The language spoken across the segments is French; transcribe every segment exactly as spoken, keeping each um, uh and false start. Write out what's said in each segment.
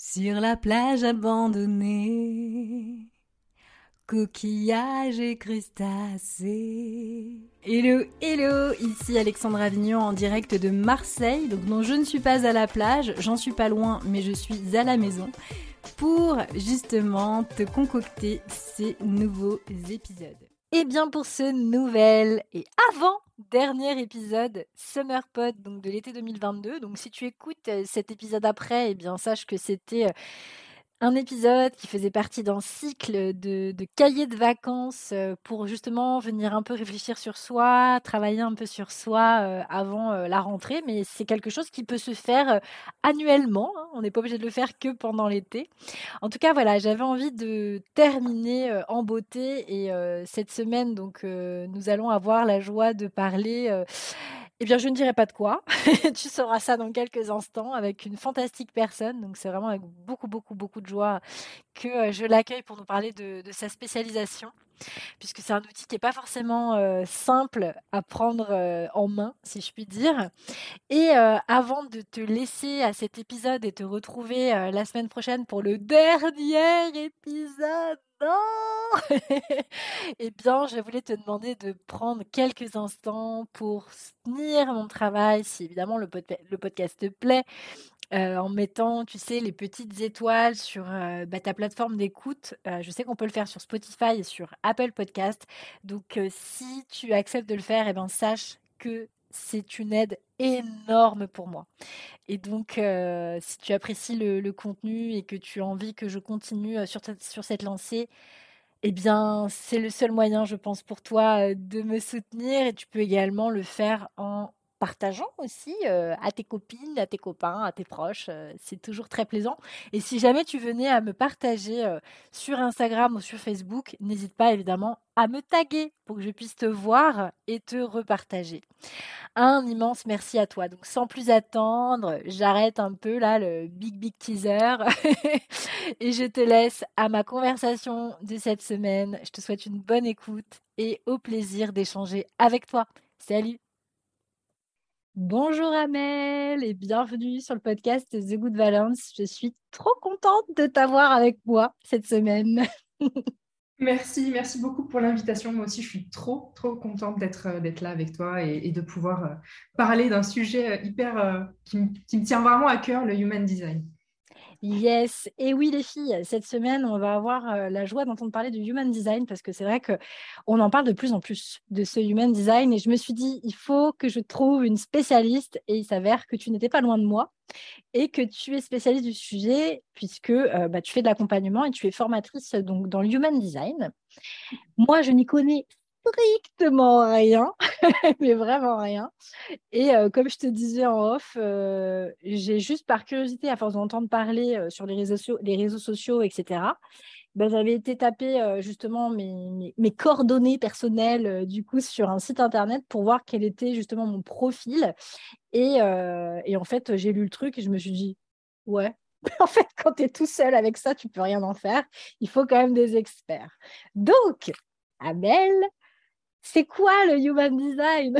Sur la plage abandonnée, coquillages et crustacés. Hello, hello, ici Alexandre Avignon en direct de Marseille. Donc non, je ne suis pas à la plage, j'en suis pas loin, mais je suis à la maison pour justement te concocter ces nouveaux épisodes. Et bien pour ce nouvel et avant-dernier épisode Summer Pod donc de l'été deux mille vingt-deux. Donc si tu écoutes cet épisode après, eh bien sache que c'était un épisode qui faisait partie d'un cycle de, de cahiers de vacances pour justement venir un peu réfléchir sur soi, travailler un peu sur soi euh, avant euh, la rentrée. Mais c'est quelque chose qui peut se faire euh, annuellement. Hein. On n'est pas obligé de le faire que pendant l'été. En tout cas, voilà, j'avais envie de terminer euh, en beauté. Et euh, cette semaine, donc, euh, nous allons avoir la joie de parler... Euh, eh bien, je ne dirai pas de quoi. Tu sauras ça dans quelques instants avec une fantastique personne. Donc, c'est vraiment avec beaucoup, beaucoup, beaucoup de joie que euh, je l'accueille pour nous parler de, de sa spécialisation, puisque c'est un outil qui n'est pas forcément euh, simple à prendre euh, en main, si je puis dire. Et euh, avant de te laisser à cet épisode et te retrouver euh, la semaine prochaine pour le dernier épisode, non eh bien, je voulais te demander de prendre quelques instants pour soutenir mon travail, si évidemment le, pod- le podcast te plaît, euh, en mettant, tu sais, les petites étoiles sur euh, bah, ta plateforme d'écoute. Euh, je sais qu'on peut le faire sur Spotify et sur Apple Podcast. Donc, euh, si tu acceptes de le faire, eh ben, sache que c'est une aide énorme pour moi. Et donc, euh, si tu apprécies le, le contenu et que tu as envie que je continue euh, sur, cette- sur cette lancée, eh bien, c'est le seul moyen, je pense, pour toi euh, de me soutenir. Et tu peux également le faire en partageant aussi euh, à tes copines, à tes copains, à tes proches. Euh, c'est toujours très plaisant. Et si jamais tu venais à me partager euh, sur Instagram ou sur Facebook, n'hésite pas évidemment à me taguer pour que je puisse te voir et te repartager. Un immense merci à toi. Donc sans plus attendre, j'arrête un peu là le big big teaser et je te laisse à ma conversation de cette semaine. Je te souhaite une bonne écoute et au plaisir d'échanger avec toi. Salut. Bonjour Amel et bienvenue sur le podcast The Good Balance. Je suis trop contente de t'avoir avec moi cette semaine. Merci, merci beaucoup pour l'invitation. Moi aussi, je suis trop, trop contente d'être euh, d'être là avec toi et, et de pouvoir euh, parler d'un sujet euh, hyper euh, qui, me qui me tient vraiment à cœur, le human design. Yes, et oui les filles, cette semaine on va avoir euh, la joie d'entendre parler du human design parce que c'est vrai que on en parle de plus en plus de ce human design et je me suis dit il faut que je trouve une spécialiste et il s'avère que tu n'étais pas loin de moi et que tu es spécialiste du sujet puisque euh, bah, tu fais de l'accompagnement et tu es formatrice donc dans le human design. Moi je n'y connais strictement rien, mais vraiment rien. Et euh, comme je te disais en off, euh, j'ai juste par curiosité, à force d'entendre parler euh, sur les réseaux, sociaux, les réseaux sociaux, et cetera, ben, j'avais été taper euh, justement mes, mes, mes coordonnées personnelles euh, du coup sur un site internet pour voir quel était justement mon profil. Et, euh, et en fait, j'ai lu le truc et je me suis dit, ouais, en fait, quand tu es tout seul avec ça, tu peux rien en faire. Il faut quand même des experts. Donc, Amel, c'est quoi le human design?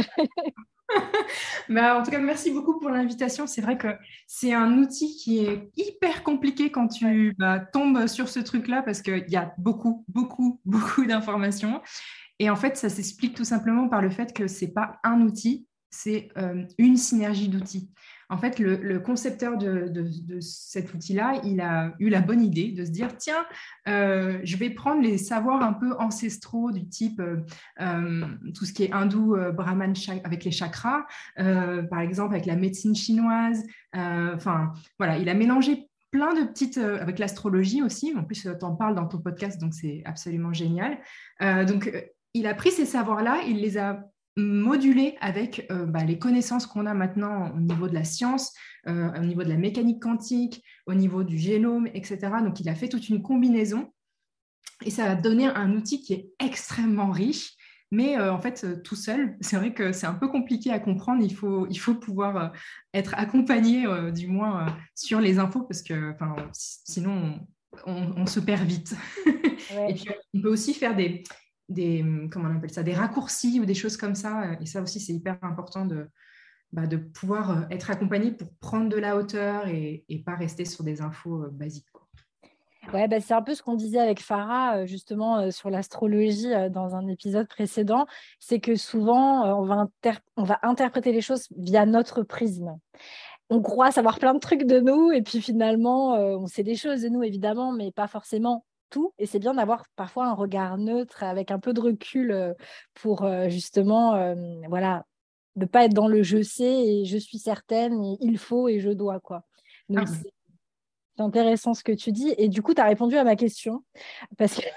Bah, en tout cas, merci beaucoup pour l'invitation. C'est vrai que c'est un outil qui est hyper compliqué quand Ouais. tu bah, tombes sur ce truc-là parce qu'il y a beaucoup, beaucoup, beaucoup d'informations. Et en fait, ça s'explique tout simplement par le fait que c'est pas un outil, c'est euh, une synergie d'outils. En fait, le, le concepteur de, de, de cet outil-là, il a eu la bonne idée de se dire, tiens, euh, je vais prendre les savoirs un peu ancestraux du type euh, euh, tout ce qui est hindou, euh, brahman avec les chakras, euh, par exemple avec la médecine chinoise. euh, Enfin, voilà, il a mélangé plein de petites, euh, avec l'astrologie aussi. En plus, tu en parles dans ton podcast, donc c'est absolument génial. Euh, donc, il a pris ces savoirs-là, il les a modulés avec euh, bah, les connaissances qu'on a maintenant au niveau de la science, euh, au niveau de la mécanique quantique, au niveau du génome, et cetera. Donc, il a fait toute une combinaison et ça a donné un outil qui est extrêmement riche. Mais euh, en fait, euh, tout seul, c'est vrai que c'est un peu compliqué à comprendre. Il faut, il faut pouvoir euh, être accompagné, euh, du moins, euh, sur les infos, parce que sinon, on, on, on se perd vite. Et Ouais. puis, on peut aussi faire des, des, comment on appelle ça, des raccourcis ou des choses comme ça. Et ça aussi, c'est hyper important de, bah, de pouvoir euh, être accompagné pour prendre de la hauteur et, et pas rester sur des infos euh, basiques, quoi. Ouais, bah, c'est un peu ce qu'on disait avec Farah, euh, justement, euh, sur l'astrologie euh, dans un épisode précédent. C'est que souvent, euh, on va, inter- on va interpréter les choses via notre prisme. On croit savoir plein de trucs de nous, et puis finalement, euh, on sait des choses de nous, évidemment, mais pas forcément tout. Et c'est bien d'avoir parfois un regard neutre, avec un peu de recul, euh, pour euh, justement, euh, voilà, ne pas être dans le je sais et je suis certaine, et il faut et je dois, quoi. Ah, Donc, c'est c'est intéressant ce que tu dis. Et du coup, tu as répondu à ma question. Parce que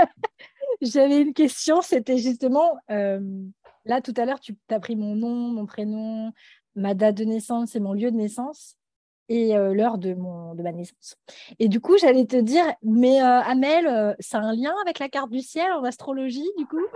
j'avais une question, c'était justement, euh, là, tout à l'heure, tu as pris mon nom, mon prénom, ma date de naissance et mon lieu de naissance et euh, l'heure de, mon, de ma naissance. Et du coup, j'allais te dire, mais euh, Amel, euh, ça a un lien avec la carte du ciel en astrologie, du coup?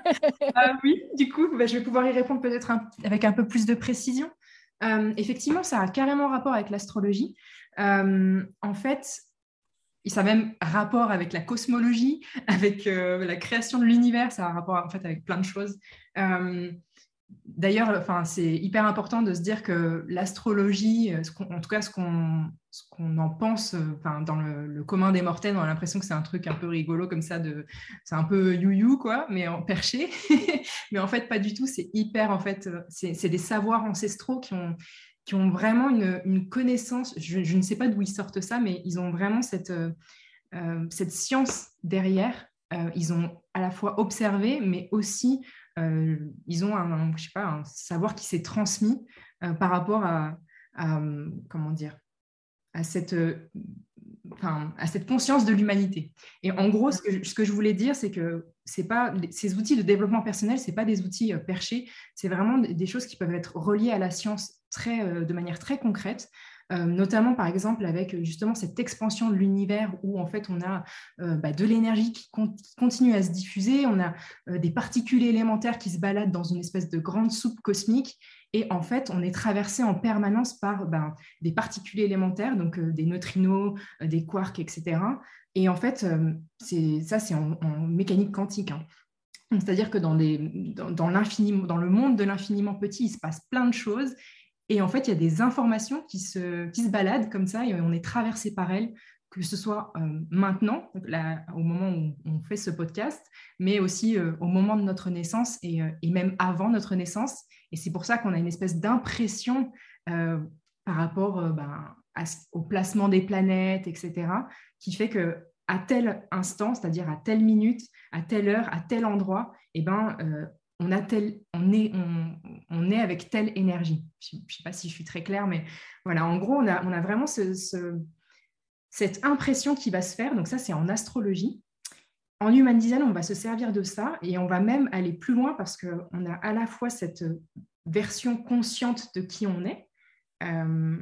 ah oui, du coup, bah, je vais pouvoir y répondre peut-être un- avec un peu plus de précision. Euh, effectivement, ça a carrément rapport avec l'astrologie. Euh, en fait, ça a même rapport avec la cosmologie, avec euh, la création de l'univers, ça a rapport en fait avec plein de choses. Euh, D'ailleurs, enfin, c'est hyper important de se dire que l'astrologie, euh, ce qu'on- en tout cas ce qu'on ce qu'on en pense, euh, enfin, dans le, le commun des mortels, on a l'impression que c'est un truc un peu rigolo comme ça, de, c'est un peu you-you, quoi, mais en perché. Mais en fait, pas du tout. C'est hyper, en fait, euh, c'est c'est des savoirs ancestraux qui ont, qui ont vraiment une, une connaissance. Je, je ne sais pas d'où ils sortent ça, mais ils ont vraiment cette, euh, euh, cette science derrière. Euh, ils ont à la fois observé, mais aussi euh, ils ont un, un, je sais pas, un savoir qui s'est transmis euh, par rapport à, à, comment dire, à cette, euh, enfin, à cette conscience de l'humanité. Et en gros, ce que je, ce que je voulais dire, c'est que c'est pas, ces outils de développement personnel, c'est pas des outils euh, perchés, c'est vraiment des, des choses qui peuvent être reliées à la science très, euh, de manière très concrète. Euh, notamment par exemple avec justement cette expansion de l'univers où en fait on a euh, bah, de l'énergie qui, con- qui continue à se diffuser, on a euh, des particules élémentaires qui se baladent dans une espèce de grande soupe cosmique et en fait on est traversé en permanence par ben, des particules élémentaires, donc euh, des neutrinos, euh, des quarks, et cetera. Et en fait, euh, c'est, ça c'est en, en mécanique quantique, hein. C'est-à-dire que dans, des, dans, dans, dans le monde de l'infiniment petit, il se passe plein de choses et en fait, il y a des informations qui se, qui se baladent comme ça et on est traversé par elles, que ce soit euh, maintenant, là, au moment où on fait ce podcast, mais aussi euh, au moment de notre naissance et, euh, et, même avant notre naissance. Et c'est pour ça qu'on a une espèce d'impression euh, par rapport euh, ben, à, au placement des planètes, et cetera, qui fait que à tel instant, c'est-à-dire à telle minute, à telle heure, à tel endroit, eh ben, euh, on, a tel, on, est, on, on est avec telle énergie. Je ne sais pas si je suis très claire, mais voilà, en gros, on a, on a vraiment ce, ce, cette impression qui va se faire. Donc ça, c'est en astrologie. En human design, on va se servir de ça et on va même aller plus loin parce qu'on a à la fois cette version consciente de qui on est euh,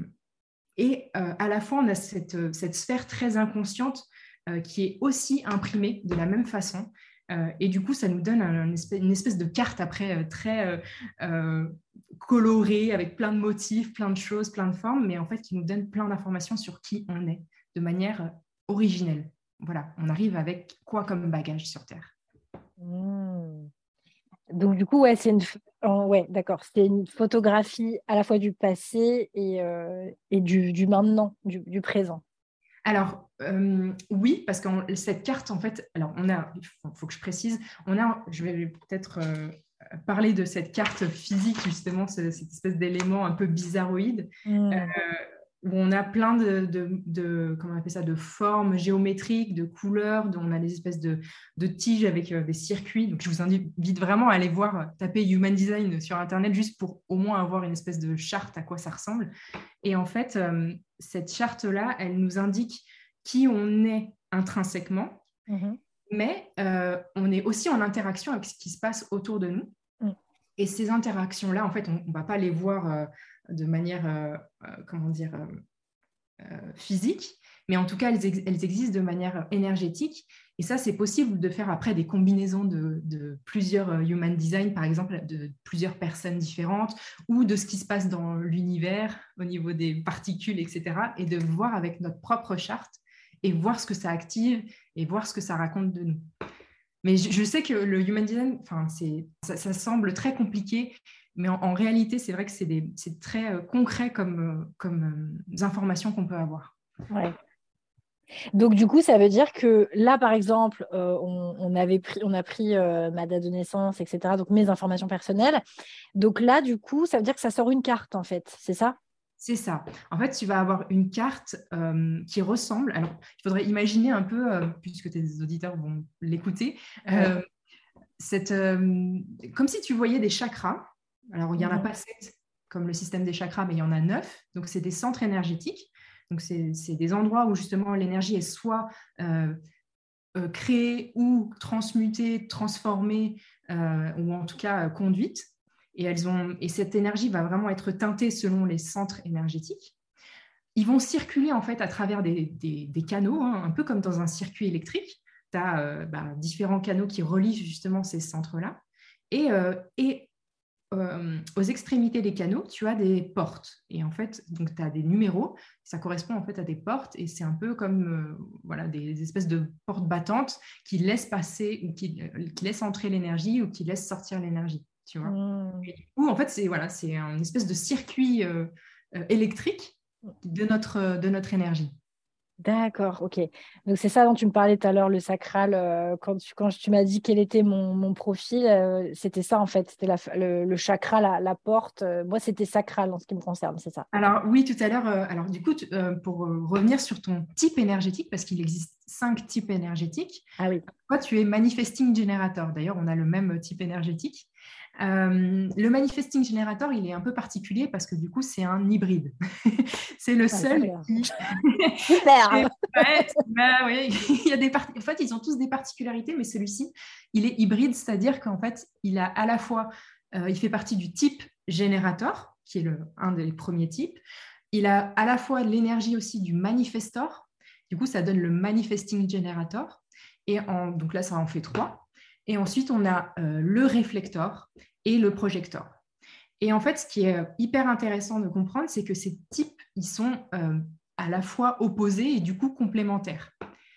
et euh, à la fois on a cette, cette sphère très inconsciente euh, qui est aussi imprimée de la même façon. Euh, et du coup, ça nous donne un, une, espèce, une, espèce, de carte après euh, très euh, euh, colorée, avec plein de motifs, plein de choses, plein de formes, mais en fait qui nous donne plein d'informations sur qui on est de manière originelle. Voilà, on arrive avec quoi comme bagage sur Terre. Mmh. Donc, du coup, ouais, c'est une... oh, ouais, d'accord. C'est une photographie à la fois du passé et, euh, et du, du maintenant, du, du présent. Alors, euh, oui, parce que cette carte, en fait, alors on a, il faut, faut que je précise, on a, je vais peut-être euh, parler de cette carte physique, justement, ce, cette espèce d'élément un peu bizarroïde, Mmh. euh, où on a plein de, de, de, comment on appelle ça, de formes géométriques, de couleurs, de, on a des espèces de, de tiges avec euh, des circuits. Donc, je vous invite vraiment à aller voir, taper Human Design sur Internet, juste pour au moins avoir une espèce de charte à quoi ça ressemble. Et en fait, euh, cette charte-là, elle nous indique qui on est intrinsèquement, Mmh. mais euh, on est aussi en interaction avec ce qui se passe autour de nous. Mmh. Et ces interactions-là, en fait, on ne va pas les voir euh, de manière, euh, euh, comment dire, euh, euh, physique, mais en tout cas, elles, ex elles, existent de manière énergétique. Et ça, c'est possible de faire après des combinaisons de, de plusieurs human design, par exemple, de plusieurs personnes différentes, ou de ce qui se passe dans l'univers au niveau des particules, et cetera, et de voir avec notre propre charte et voir ce que ça active et voir ce que ça raconte de nous. Mais je, je sais que le human design, enfin, c'est, ça, ça semble très compliqué, mais en, en réalité, c'est vrai que c'est, des, c'est très euh, concret comme, euh, comme euh, informations qu'on peut avoir. Ouais. Donc, du coup, ça veut dire que là, par exemple, euh, on, on avait pris, on a pris euh, ma date de naissance, et cetera, donc mes informations personnelles. Donc là, du coup, ça veut dire que ça sort une carte, en fait, c'est ça? C'est ça. En fait, tu vas avoir une carte euh, qui ressemble. Alors, il faudrait imaginer un peu, euh, puisque tes auditeurs vont l'écouter, Ouais. euh, cette, euh, comme si tu voyais des chakras. Alors, il n'y en a Mhm. pas sept comme le système des chakras, mais il y en a neuf. Donc, c'est des centres énergétiques. Donc, c'est c'est des endroits où justement l'énergie est soit euh, euh, créée ou transmutée, transformée, euh, ou en tout cas euh, conduite. Et, elles ont, et cette énergie va vraiment être teintée selon les centres énergétiques. Ils vont circuler en fait à travers des, des, des canaux, hein, un peu comme dans un circuit électrique. Tu as euh, bah, différents canaux qui relient justement ces centres-là. Et, euh, et euh, aux extrémités des canaux, tu as des portes. Et en fait, donc tu as des numéros, ça correspond en fait à des portes, et c'est un peu comme euh, voilà, des espèces de portes battantes qui laissent passer, ou qui, euh, qui laissent entrer l'énergie, ou qui laissent sortir l'énergie, tu vois. Mhm. Et du coup, en fait, c'est voilà, c'est une espèce de circuit euh, euh, électrique de notre, de notre énergie. D'accord, ok. Donc c'est ça dont tu me parlais tout à l'heure, le sacral. Euh, quand tu, quand tu m'as dit quel était mon, mon profil, euh, c'était ça en fait. C'était la, le, le chakra, la, la porte. Euh, moi, c'était sacral en ce qui me concerne, c'est ça. Ok. Alors oui, tout à l'heure, euh, alors du coup, tu- euh, pour euh, revenir sur ton type énergétique, parce qu'il existe cinq types énergétiques, Ah oui. toi, tu es manifesting generator. D'ailleurs, on a le même type énergétique. Euh, le manifesting generator, il est un peu particulier parce que du coup, c'est un hybride. C'est le Ah, seul d'accord. qui... Et, Super. ouais, bah oui, il y a des part- en fait, ils ont tous des particularités, mais celui-ci, il est hybride, c'est-à-dire qu'en fait, il a à la fois, euh, il fait partie du type générateur, qui est le, un des premiers types. Il a à la fois l'énergie aussi du manifestor. Du coup, ça donne le manifesting generator. Et en, donc là, ça en fait trois. Et ensuite, on a euh, le réflecteur et le projecteur. Et en fait, ce qui est hyper intéressant de comprendre, c'est que ces types, ils sont euh, à la fois opposés et du coup complémentaires.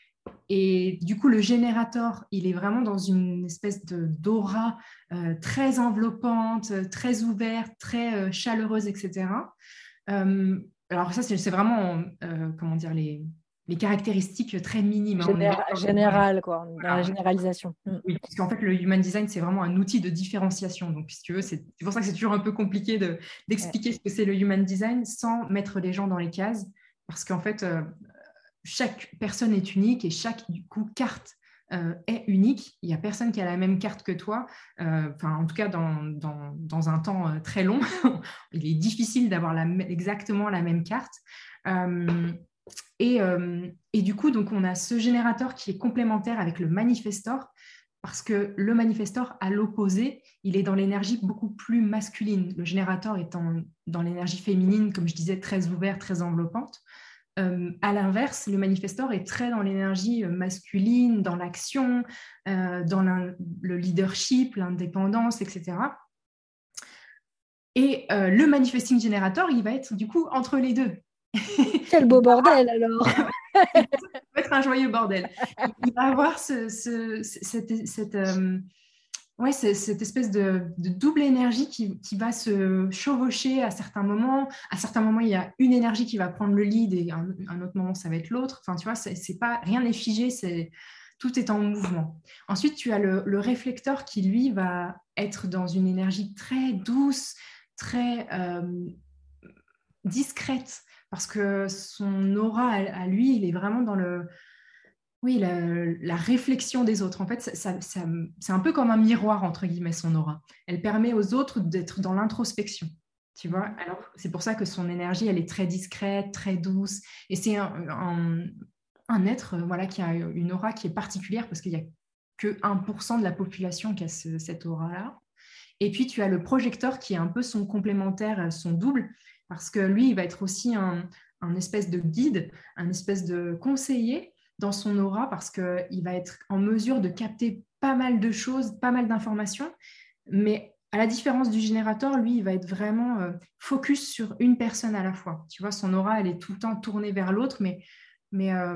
Et du coup, le générateur, il est vraiment dans une espèce de d'aura euh, très enveloppante, très ouverte, très euh, chaleureuse, et cetera. Euh, alors ça, c'est c'est vraiment, euh, comment dire, les, les caractéristiques très minimes, hein. On est Général, général, quoi, dans la voilà. généralisation. Mm. Oui, parce qu'en fait, le human design, c'est vraiment un outil de différenciation. Donc, si tu veux, c'est c'est pour ça que c'est toujours un peu compliqué de- Ouais. d'expliquer ce que c'est le human design sans mettre les gens dans les cases. Parce qu'en fait, euh, chaque personne est unique et chaque du coup, carte euh, est unique. Il n'y a personne qui a la même carte que toi. Euh, enfin, en tout cas, dans, dans, dans un temps euh, très long, il est difficile d'avoir la, exactement la même carte. Euh, et, euh, et, du coup, donc, on a ce générateur qui est complémentaire avec le manifestor, parce que le manifestor, à l'opposé, il est dans l'énergie beaucoup plus masculine. Le générateur étant dans l'énergie féminine, comme je disais, très ouverte, très enveloppante. Euh, à l'inverse, le manifestor est très dans l'énergie masculine, dans l'action, euh, dans le leadership, l'indépendance, et cetera. Et euh, le manifesting generator, il va être du coup entre les deux. Quel beau bordel alors. Ça peut être un joyeux bordel. Il va avoir ce, ce, cette, cette, euh, ouais, cette espèce de, de double énergie qui, qui, va se chevaucher à certains moments. À certains moments, il y a une énergie qui va prendre le lead et un, un autre moment, ça va être l'autre. Enfin, tu vois, c'est, c'est pas, rien n'est figé, c'est, tout est en mouvement. Ensuite, tu as le, le réflecteur qui, lui, va être dans une énergie très douce, très euh, discrète, parce que son aura à, à lui, il est vraiment dans le... Oui, la, la réflexion des autres. En fait, ça, ça, ça, c'est un peu comme un miroir, entre guillemets, son aura. Elle permet aux autres d'être dans l'introspection. Tu vois, alors c'est pour ça que son énergie, elle est très discrète, très douce. Et c'est un, un, un être voilà, qui a une aura qui est particulière parce qu'il n'y a que un pour cent de la population qui a ce, cette aura-là. Et puis, tu as le projecteur qui est un peu son complémentaire, son double, parce que lui, il va être aussi un, un espèce de guide, un espèce de conseiller dans son aura, parce qu'il va être en mesure de capter pas mal de choses, pas mal d'informations, mais à la différence du générateur, lui, il va être vraiment euh, focus sur une personne à la fois. Tu vois, son aura, elle est tout le temps tournée vers l'autre, mais, mais euh,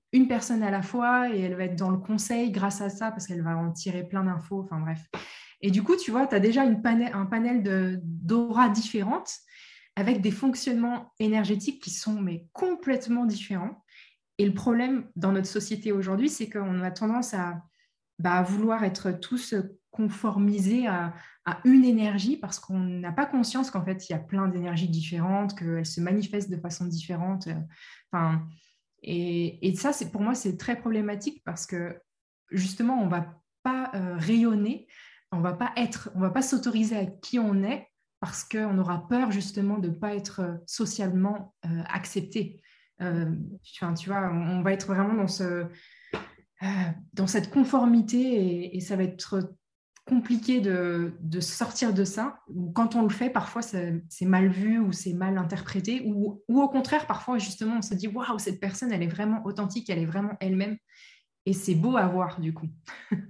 une personne à la fois et elle va être dans le conseil grâce à ça parce qu'elle va en tirer plein d'infos. Enfin bref. Et du coup, tu vois, tu as déjà une panel, un panel de, d'auras différentes avec des fonctionnements énergétiques qui sont mais complètement différents. Et le problème dans notre société aujourd'hui, c'est qu'on a tendance à, bah, à vouloir être tous conformisés à, à une énergie parce qu'on n'a pas conscience qu'en fait, il y a plein d'énergies différentes, qu'elles se manifestent de façon différente. Enfin, et, et ça, c'est, pour moi, c'est très problématique parce que justement, on ne va pas euh, rayonner, on va pas être, on va pas s'autoriser à qui on est parce qu'on aura peur justement de ne pas être euh, socialement euh, accepté. Euh, enfin, tu vois, on, on va être vraiment dans, ce, euh, dans cette conformité et, et ça va être compliqué de, de sortir de ça. Quand on le fait, parfois, c'est, c'est mal vu ou c'est mal interprété. Ou, ou au contraire, parfois, justement, on se dit, waouh, cette personne, elle est vraiment authentique, elle est vraiment elle-même. Et c'est beau à voir, du coup.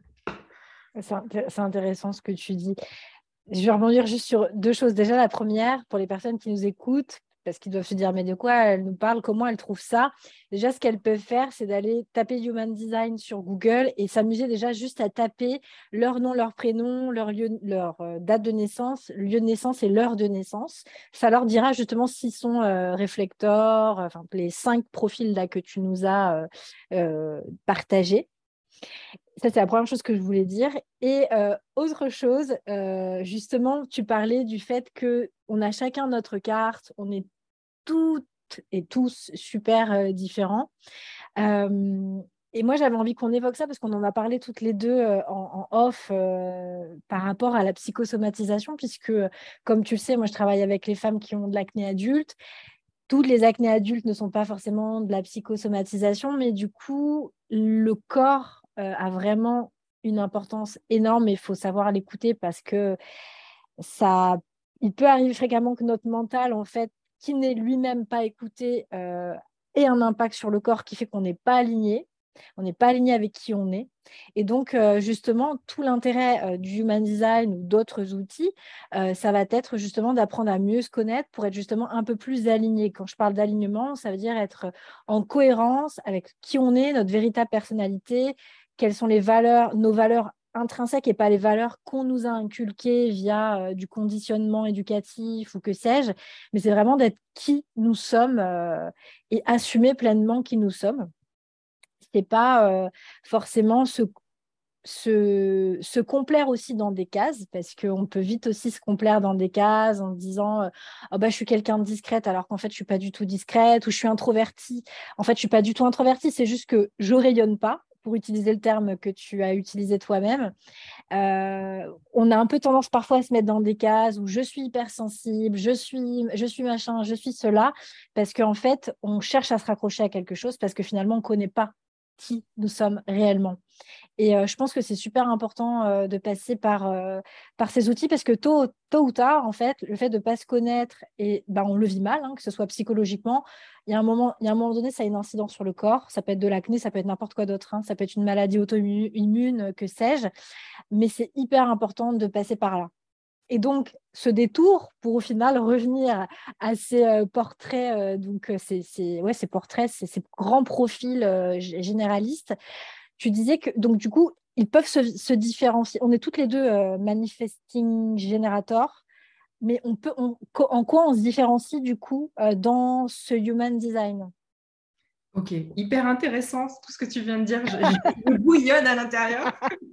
C'est inté- c'est intéressant ce que tu dis. Je vais rebondir juste sur deux choses. Déjà, la première, pour les personnes qui nous écoutent, parce qu'ils doivent se dire, mais de quoi elle nous parle, comment elle trouve ça? Déjà, ce qu'elles peuvent faire, c'est d'aller taper Human Design sur Google et s'amuser déjà juste à taper leur nom, leur prénom, leur, lieu, leur euh, date de naissance, lieu de naissance et l'heure de naissance. Ça leur dira justement s'ils sont euh, réflecteurs, enfin, les cinq profils là que tu nous as euh, euh, partagés. Ça, c'est la première chose que je voulais dire. Et euh, autre chose, euh, justement, tu parlais du fait qu'on a chacun notre carte, on est toutes et tous super euh, différents. Euh, et moi, j'avais envie qu'on évoque ça parce qu'on en a parlé toutes les deux euh, en, en off euh, par rapport à la psychosomatisation, puisque, comme tu le sais, moi, je travaille avec les femmes qui ont de l'acné adulte. Toutes les acnés adultes ne sont pas forcément de la psychosomatisation, mais du coup, le corps euh, a vraiment une importance énorme et il faut savoir l'écouter parce que ça, il peut arriver fréquemment que notre mental, en fait, qui n'est lui-même pas écouté, euh, ait un impact sur le corps qui fait qu'on n'est pas aligné. On n'est pas aligné avec qui on est. Et donc, euh, justement, tout l'intérêt euh, du Human Design ou d'autres outils, euh, ça va être justement d'apprendre à mieux se connaître pour être justement un peu plus aligné. Quand je parle d'alignement, ça veut dire être en cohérence avec qui on est, notre véritable personnalité, quelles sont les valeurs, nos valeurs intrinsèques et pas les valeurs qu'on nous a inculquées via euh, du conditionnement éducatif ou que sais-je, mais c'est vraiment d'être qui nous sommes euh, et assumer pleinement qui nous sommes. C'est pas euh, forcément se, se, se complaire aussi dans des cases, parce qu'on peut vite aussi se complaire dans des cases en disant euh, oh bah, je suis quelqu'un de discrète alors qu'en fait je suis pas du tout discrète, ou je suis introvertie. En fait, je suis pas du tout introvertie, c'est juste que je rayonne pas, pour utiliser le terme que tu as utilisé toi-même. Euh, on a un peu tendance parfois à se mettre dans des cases où je suis hypersensible, je suis, je suis machin, je suis cela, parce qu'en fait, on cherche à se raccrocher à quelque chose parce que finalement, on ne connaît pas qui nous sommes réellement. Et euh, je pense que c'est super important euh, de passer par, euh, par ces outils parce que tôt, tôt ou tard, en fait, le fait de ne pas se connaître, et ben, on le vit mal, hein, que ce soit psychologiquement, il y a un moment, il y a un moment donné, ça a une incidence sur le corps. Ça peut être de l'acné, ça peut être n'importe quoi d'autre, hein, ça peut être une maladie auto-immune, que sais-je, mais c'est hyper important de passer par là. Et donc, ce détour pour au final revenir à ces euh, portraits, euh, donc euh, ces, ces, ouais, ces portraits, ces, ces grands profils euh, généralistes, tu disais que, donc du coup, ils peuvent se, se différencier. On est toutes les deux euh, manifesting generator, mais on peut, on, en quoi on se différencie du coup euh, dans ce human design? Ok, hyper intéressant tout ce que tu viens de dire. Je, je, je bouillonne à l'intérieur.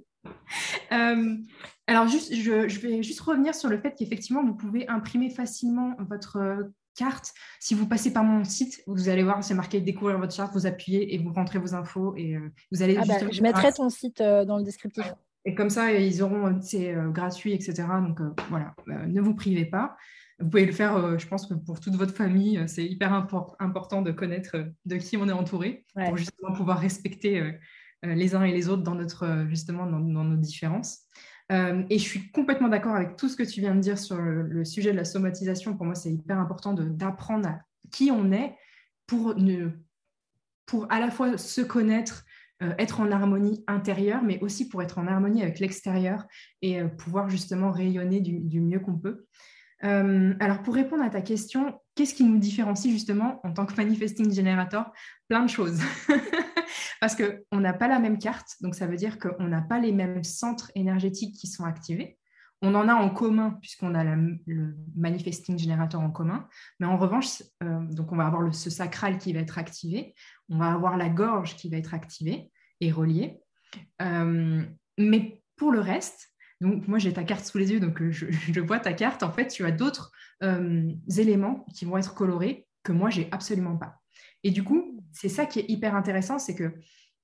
Euh, alors, juste, je, je vais juste revenir sur le fait qu'effectivement, vous pouvez imprimer facilement votre euh, carte. Si vous passez par mon site, vous allez voir, c'est marqué découvrir votre charte, vous appuyez et vous rentrez vos infos et euh, vous allez Ah bah, justement je faire mettrai accès. ton site euh, dans le descriptif. Et comme ça, ils auront, euh, c'est euh, gratuit, et cetera. Donc euh, voilà, euh, ne vous privez pas. Vous pouvez le faire, euh, je pense que pour toute votre famille, euh, c'est hyper impor- important de connaître euh, de qui on est entouré pour Ouais. justement pouvoir respecter euh, euh, les uns et les autres dans notre, euh, justement, dans, dans nos différences. Euh, et je suis complètement d'accord avec tout ce que tu viens de dire sur le, le sujet de la somatisation. Pour moi, c'est hyper important de- d'apprendre à qui on est pour, ne, pour à la fois se connaître, euh, être en harmonie intérieure, mais aussi pour être en harmonie avec l'extérieur et euh, pouvoir justement rayonner du, du mieux qu'on peut. Euh, alors, pour répondre à ta question, qu'est-ce qui nous différencie justement en tant que manifesting generator? Plein de choses. parce qu'on n'a pas la même carte, donc ça veut dire qu'on n'a pas les mêmes centres énergétiques qui sont activés. On en a en commun, puisqu'on a la, le manifesting generator en commun, mais en revanche, euh, donc on va avoir le, ce sacral qui va être activé, on va avoir la gorge qui va être activée et reliée. Euh, mais pour le reste, donc moi j'ai ta carte sous les yeux, donc je, je vois ta carte, en fait, tu as d'autres euh, éléments qui vont être colorés que moi j'ai absolument pas. Et du coup, c'est ça qui est hyper intéressant, c'est que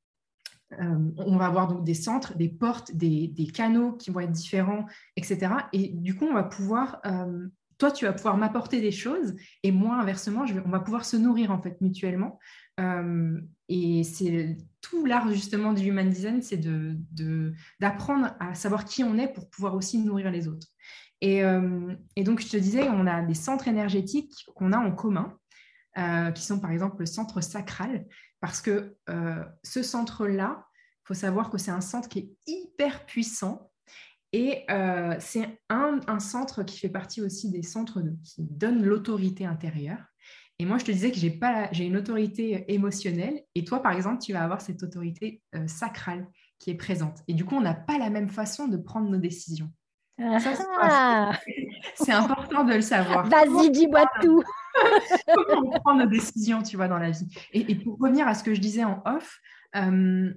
Euh, on va avoir donc des centres, des portes, des, des canaux qui vont être différents, et cetera. Et du coup, on va pouvoir, euh, toi, tu vas pouvoir m'apporter des choses et moi, inversement, je vais, on va pouvoir se nourrir en fait mutuellement. Euh, et c'est tout l'art justement du human design, c'est de, de, d'apprendre à savoir qui on est pour pouvoir aussi nourrir les autres. Et, euh, et donc, je te disais, on a des centres énergétiques qu'on a en commun. Euh, qui sont par exemple le centre sacral, parce que euh, ce centre-là, il faut savoir que c'est un centre qui est hyper puissant et euh, c'est un, un centre qui fait partie aussi des centres de, qui donnent l'autorité intérieure. Et moi, je te disais que j'ai pas la, j'ai une autorité émotionnelle et toi, par exemple, tu vas avoir cette autorité euh, sacrale qui est présente. Et du coup, on n'a pas la même façon de prendre nos décisions. Ça, Ah, c'est, c'est important de le savoir. vas-y, dis-moi tout. Comment on prend nos décisions, tu vois, dans la vie. Et, et pour revenir à ce que je disais en off, euh,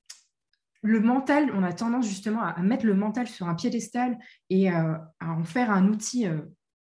le mental, on a tendance justement à, à mettre le mental sur un piédestal et euh, à en faire un outil, euh,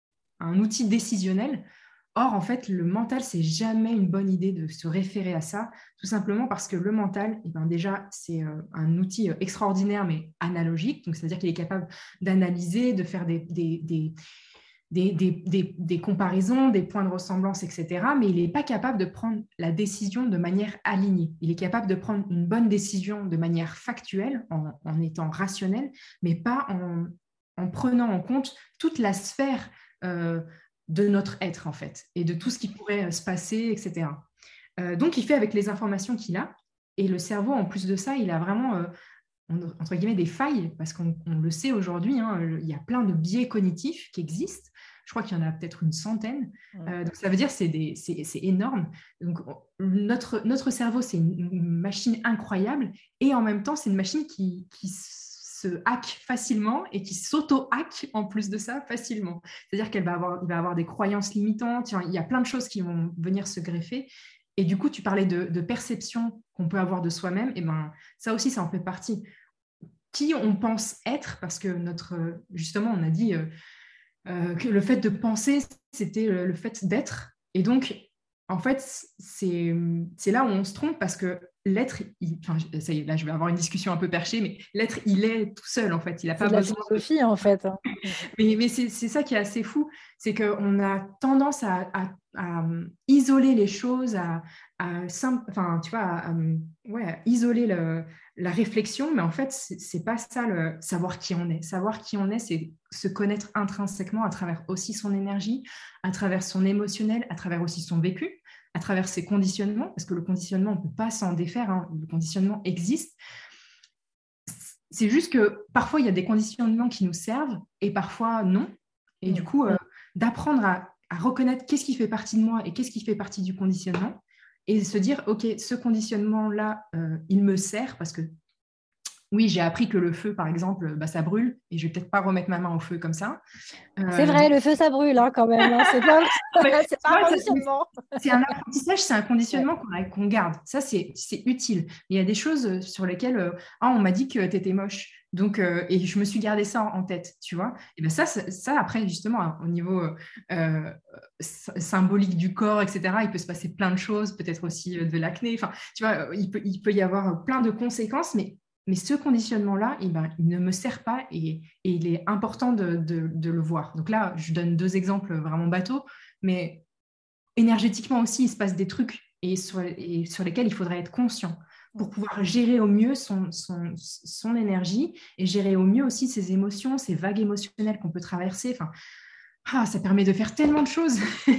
un outil décisionnel. Or, en fait, le mental, c'est jamais une bonne idée de se référer à ça, tout simplement parce que le mental, eh ben déjà, c'est euh, un outil euh, extraordinaire, mais analogique. Donc, c'est-à-dire qu'il est capable d'analyser, de faire des, des, des Des, des, des, des comparaisons, des points de ressemblance, et cetera. Mais il n'est pas capable de prendre la décision de manière alignée. Il est capable de prendre une bonne décision de manière factuelle, en, en étant rationnel, mais pas en, en prenant en compte toute la sphère euh, de notre être, en fait, et de tout ce qui pourrait se passer, et cetera. Euh, donc, il fait avec les informations qu'il a. Et le cerveau, en plus de ça, il a vraiment... Euh, entre guillemets, des failles, parce qu'on on le sait aujourd'hui, hein, il y a plein de biais cognitifs qui existent. Je crois qu'il y en a peut-être une centaine. Euh, donc, ça veut dire que c'est, des, c'est, c'est énorme. Donc, notre, notre cerveau, c'est une, une machine incroyable et en même temps, c'est une machine qui, qui se hack facilement et qui s'auto-hack en plus de ça facilement. C'est-à-dire qu'il va avoir, il va avoir des croyances limitantes. Il y a plein de choses qui vont venir se greffer. Et du coup, tu parlais de, de perception qu'on peut avoir de soi-même. Et ben, ça aussi, ça en fait partie. Qui on pense être, parce que notre, justement, on a dit euh, euh, que le fait de penser, c'était le, le fait d'être. Et donc, en fait, c'est, c'est là où on se trompe, parce que l'être, il, enfin, ça y est, là, je vais avoir une discussion un peu perchée, mais l'être, il est tout seul, en fait. Il n'a pas de la besoin philosophie, de... en fait. Mais, mais c'est, c'est ça qui est assez fou, c'est qu'on a tendance à, à, à isoler les choses, à, à, simple, enfin, tu vois, à, à, ouais, à isoler le, la réflexion, mais en fait, c'est, c'est pas ça, le savoir qui on est. Savoir qui on est, c'est se connaître intrinsèquement à travers aussi son énergie, à travers son émotionnel, à travers aussi son vécu, à travers ses conditionnements, parce que le conditionnement, on ne peut pas s'en défaire, hein, le conditionnement existe. C'est juste que parfois, il y a des conditionnements qui nous servent et parfois non. Et mmh. du coup, euh, d'apprendre à, à reconnaître qu'est-ce qui fait partie de moi et qu'est-ce qui fait partie du conditionnement et se dire, OK, ce conditionnement-là, euh, il me sert parce que oui, j'ai appris que le feu, par exemple, bah, ça brûle et je vais peut-être pas remettre ma main au feu comme ça. Euh, c'est vrai, donc... le feu, ça brûle hein, quand même. Hein. C'est pas, c'est pas un conditionnement. C'est un apprentissage, c'est un conditionnement ouais. qu'on, qu'on garde. Ça, c'est, c'est utile. Il y a des choses sur lesquelles euh, ah, on m'a dit que tu étais moche. Donc, euh, et je me suis gardé ça en, en tête, tu vois. Et ben ça, ça, ça, après, justement, au niveau euh, symbolique du corps, et cetera, il peut se passer plein de choses, peut-être aussi de l'acné. Enfin, tu vois, il peut, il peut y avoir plein de conséquences, mais Mais ce conditionnement-là, eh ben, il ne me sert pas et, et il est important de, de, de le voir. Donc là, je donne deux exemples vraiment bateaux, mais énergétiquement aussi, il se passe des trucs et sur, et sur lesquels il faudrait être conscient pour pouvoir gérer au mieux son, son, son énergie et gérer au mieux aussi ses émotions, ses vagues émotionnelles qu'on peut traverser. Enfin, ah, ça permet de faire tellement de choses.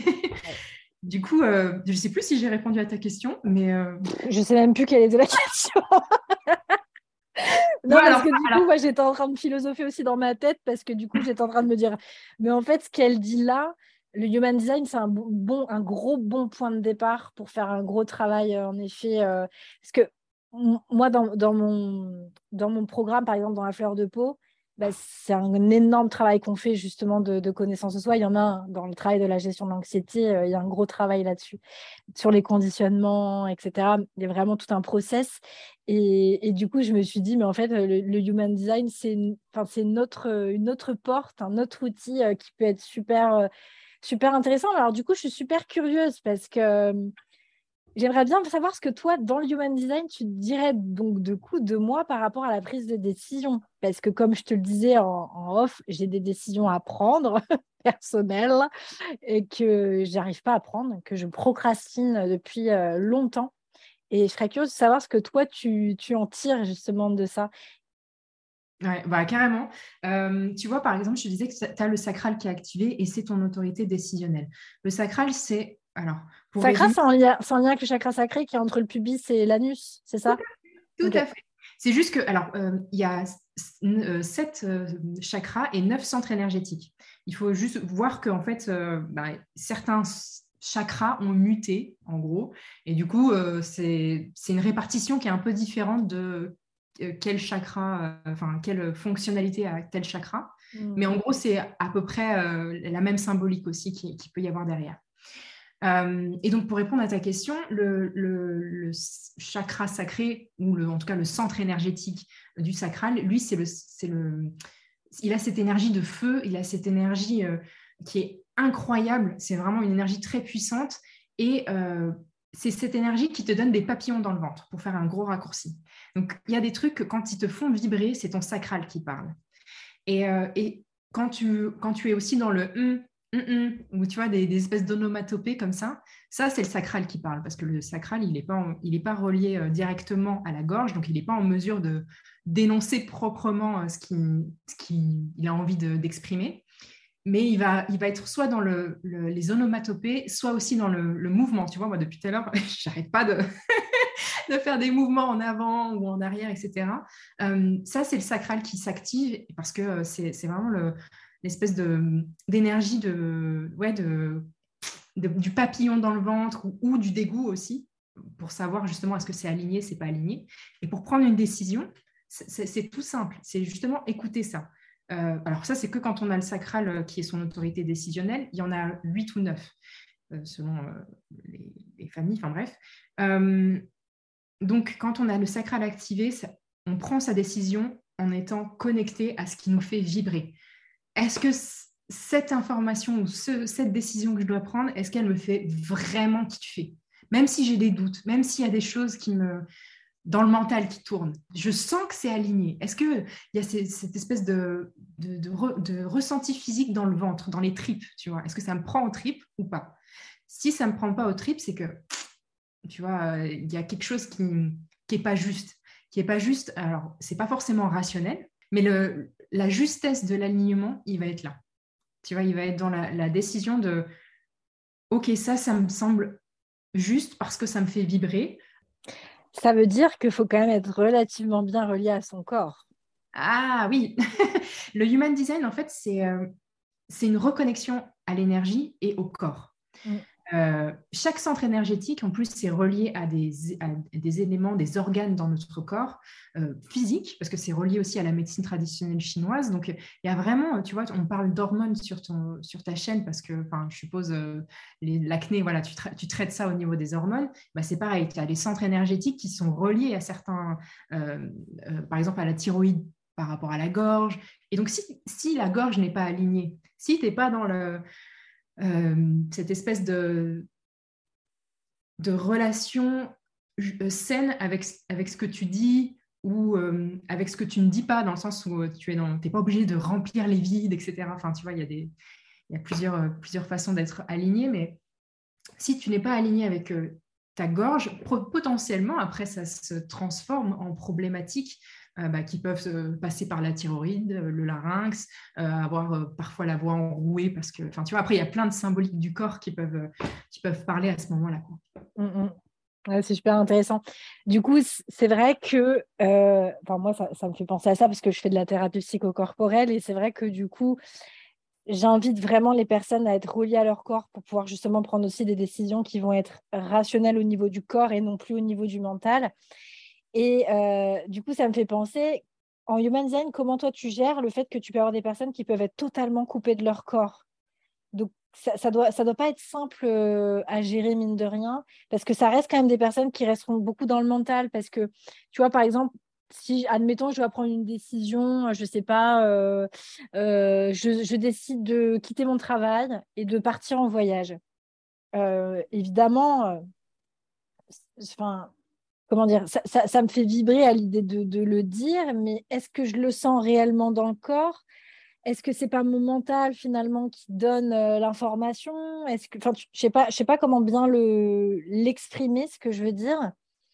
Du coup, euh, je ne sais plus si j'ai répondu à ta question, mais... Euh... Je ne sais même plus quelle était la question. Non, ouais, parce alors, que du alors... coup, moi, j'étais en train de philosopher aussi dans ma tête, parce que du coup, j'étais en train de me dire, mais en fait, ce qu'elle dit là, le human design, c'est un, bon, un gros bon point de départ pour faire un gros travail, en effet. Euh, parce que moi, dans, dans, mon, dans mon programme, par exemple, dans la fleur de peau, bah, c'est un énorme travail qu'on fait justement de, de connaissance de soi. Il y en a un dans le travail de la gestion de l'anxiété, euh, il y a un gros travail là-dessus, sur les conditionnements, et cetera. Il y a vraiment tout un process. Et, et du coup, je me suis dit, mais en fait, le, le human design, c'est, une, c'est une, autre, une autre porte, un autre outil euh, qui peut être super, euh, super intéressant. Alors du coup, je suis super curieuse parce que euh, j'aimerais bien savoir ce que toi, dans le Human Design, tu te dirais donc de coup de moi par rapport à la prise de décision. Parce que comme je te le disais en, en off, j'ai des décisions à prendre personnelles et que j'arrive pas à prendre, que je procrastine depuis euh, longtemps. Et je serais curieuse de savoir ce que toi, tu, tu en tires justement de ça. Ouais, bah, carrément. Euh, tu vois, par exemple, je te disais que tu as le sacral qui est activé et c'est ton autorité décisionnelle. Le sacral, c'est... Alors, pour Chakra, résumer, c'est en lien, c'est en lien avec le chakra sacré qui est entre le pubis et l'anus, c'est ça? tout Ok. à fait. C'est juste que, alors, euh, il y a euh, sept euh, chakras et neuf centres énergétiques. Il faut juste voir qu'en fait, euh, bah, certains chakras ont muté, en gros, et du coup, euh, c'est c'est une répartition qui est un peu différente de euh, quel chakra, euh, enfin, quelle fonctionnalité a tel chakra. Mais Hmm. en gros, c'est à peu près euh, la même symbolique aussi qui, qui peut y avoir derrière. Euh, et donc, pour répondre à ta question, le, le, le chakra sacré, ou le, en tout cas le centre énergétique du sacral, lui, c'est le, c'est le, il a cette énergie de feu, il a cette énergie euh, qui est incroyable, c'est vraiment une énergie très puissante, et euh, c'est cette énergie qui te donne des papillons dans le ventre, pour faire un gros raccourci. Donc, il y a des trucs que quand ils te font vibrer, c'est ton sacral qui parle. Et, euh, et quand, tu, quand tu es aussi dans le hum, hum, hum, ou tu vois des, des espèces d'onomatopées comme ça, ça c'est le sacral qui parle parce que le sacral il n'est pas, en- il est pas relié euh, directement à la gorge, donc il n'est pas en mesure de d'énoncer proprement euh, ce qu'il ce qui, il a envie de- d'exprimer. Mais il va, il va être soit dans le, le- les onomatopées, soit aussi dans le, le mouvement. Tu vois, moi depuis tout à l'heure, j'arrête pas de, de faire des mouvements en avant ou en arrière, et cetera. Euh, ça, c'est le sacral qui s'active parce que euh, c'est c'est vraiment le- l'espèce de, d'énergie de, ouais, de, de- du papillon dans le ventre ou, ou du dégoût aussi, pour savoir justement est-ce que c'est aligné, c'est pas aligné. Et pour prendre une décision, c'est c'est- c'est tout simple. C'est justement écouter ça. Euh, alors ça, c'est que quand on a le sacral euh, qui est son autorité décisionnelle, il y en a huit ou neuf, euh, selon euh, les, les familles, enfin bref. Euh, donc, quand on a le sacral activé, ça- on prend sa décision en étant connecté à ce qui nous fait vibrer. Est-ce que c- cette information ou ce- cette décision que je dois prendre, est-ce qu'elle me fait vraiment kiffer? Même si j'ai des doutes, même s'il y a des choses qui me, dans le mental qui tournent, je sens que c'est aligné. Est-ce qu'il y a ces- cette espèce de, de, de re- de ressenti physique dans le ventre, dans les tripes, tu vois? Est-ce que ça me prend aux tripes ou pas? Si ça ne me prend pas aux tripes, c'est que tu vois, euh, il y a quelque chose qui qui est pas juste, qui est pas juste. Alors, c'est pas forcément rationnel, mais le, la justesse de l'alignement, il va être là. Tu vois, il va être dans la, la décision de, ok, ça, ça me semble juste parce que ça me fait vibrer. Ça veut dire qu'il faut quand même être relativement bien relié à son corps. Ah oui, le human design, en fait, c'est euh, c'est une reconnexion à l'énergie et au corps. Mm. Euh, chaque centre énergétique, en plus, c'est relié à des, à des éléments, des organes dans notre corps euh, physique, parce que c'est relié aussi à la médecine traditionnelle chinoise. Donc, il y a vraiment, tu vois, on parle d'hormones sur, ton, sur ta chaîne, parce que, enfin, je suppose, euh, les- l'acné, voilà, tu, tra tu, traites ça au niveau des hormones. Bah, c'est pareil, tu as les centres énergétiques qui sont reliés à certains, euh, euh, par exemple, à la thyroïde par rapport à la gorge. Et donc, si, si la gorge n'est pas alignée, si tu n'es pas dans le euh, cette espèce de, de relation euh, saine avec, avec ce que tu dis ou euh, avec ce que tu ne dis pas, dans le sens où euh, tu es dans, t'es pas obligé de remplir les vides, et cetera. Enfin, tu vois, il y a, des, il y a plusieurs, euh, plusieurs façons d'être aligné, mais si tu n'es pas aligné avec euh, ta gorge, potentiellement, après, ça se transforme en problématiques euh, bah, qui peuvent euh, passer par la thyroïde, euh, le larynx, euh, avoir euh, parfois la voix enrouée, parce que, enfin, tu vois, après, il y a plein de symboliques du corps qui peuvent, euh, qui peuvent parler à ce moment-là, quoi. Mm, mm. Ouais, c'est super intéressant. Du coup, c- c'est vrai que, euh, enfin, moi, ça, ça me fait penser à ça parce que je fais de la thérapie psychocorporelle et c'est vrai que du coup, j'invite vraiment les personnes à être reliées à leur corps pour pouvoir justement prendre aussi des décisions qui vont être rationnelles au niveau du corps et non plus au niveau du mental. Et euh, du coup, ça me fait penser, en Human Design, comment toi tu gères le fait que tu peux avoir des personnes qui peuvent être totalement coupées de leur corps? Donc, ça, ça doit, ça doit pas être simple euh, à gérer, mine de rien, parce que ça reste quand même des personnes qui resteront beaucoup dans le mental, parce que, tu vois, par exemple, si, admettons, je dois prendre une décision, je sais pas, euh, euh, je, je décide de quitter mon travail et de partir en voyage. Euh, évidemment, euh, enfin, comment dire, ça, ça, ça me fait vibrer à l'idée de, de le dire, mais est-ce que je le sens réellement dans le corps? Est-ce que c'est pas mon mental finalement qui donne euh, l'information? Est-ce que, enfin, tu- je sais pas, je sais pas comment bien le l'exprimer, ce que je veux dire.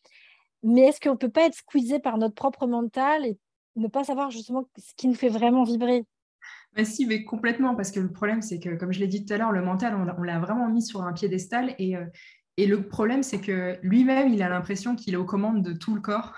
Mais est-ce qu'on peut pas être squeezé par notre propre mental et ne pas savoir justement ce qui nous fait vraiment vibrer? Bah si, mais complètement, parce que le problème, c'est que, comme je l'ai dit tout à l'heure, le mental, on, l'a on l'a vraiment mis sur un piédestal. Et, euh, et le problème, c'est que lui-même, il a l'impression qu'il est aux commandes de tout le corps.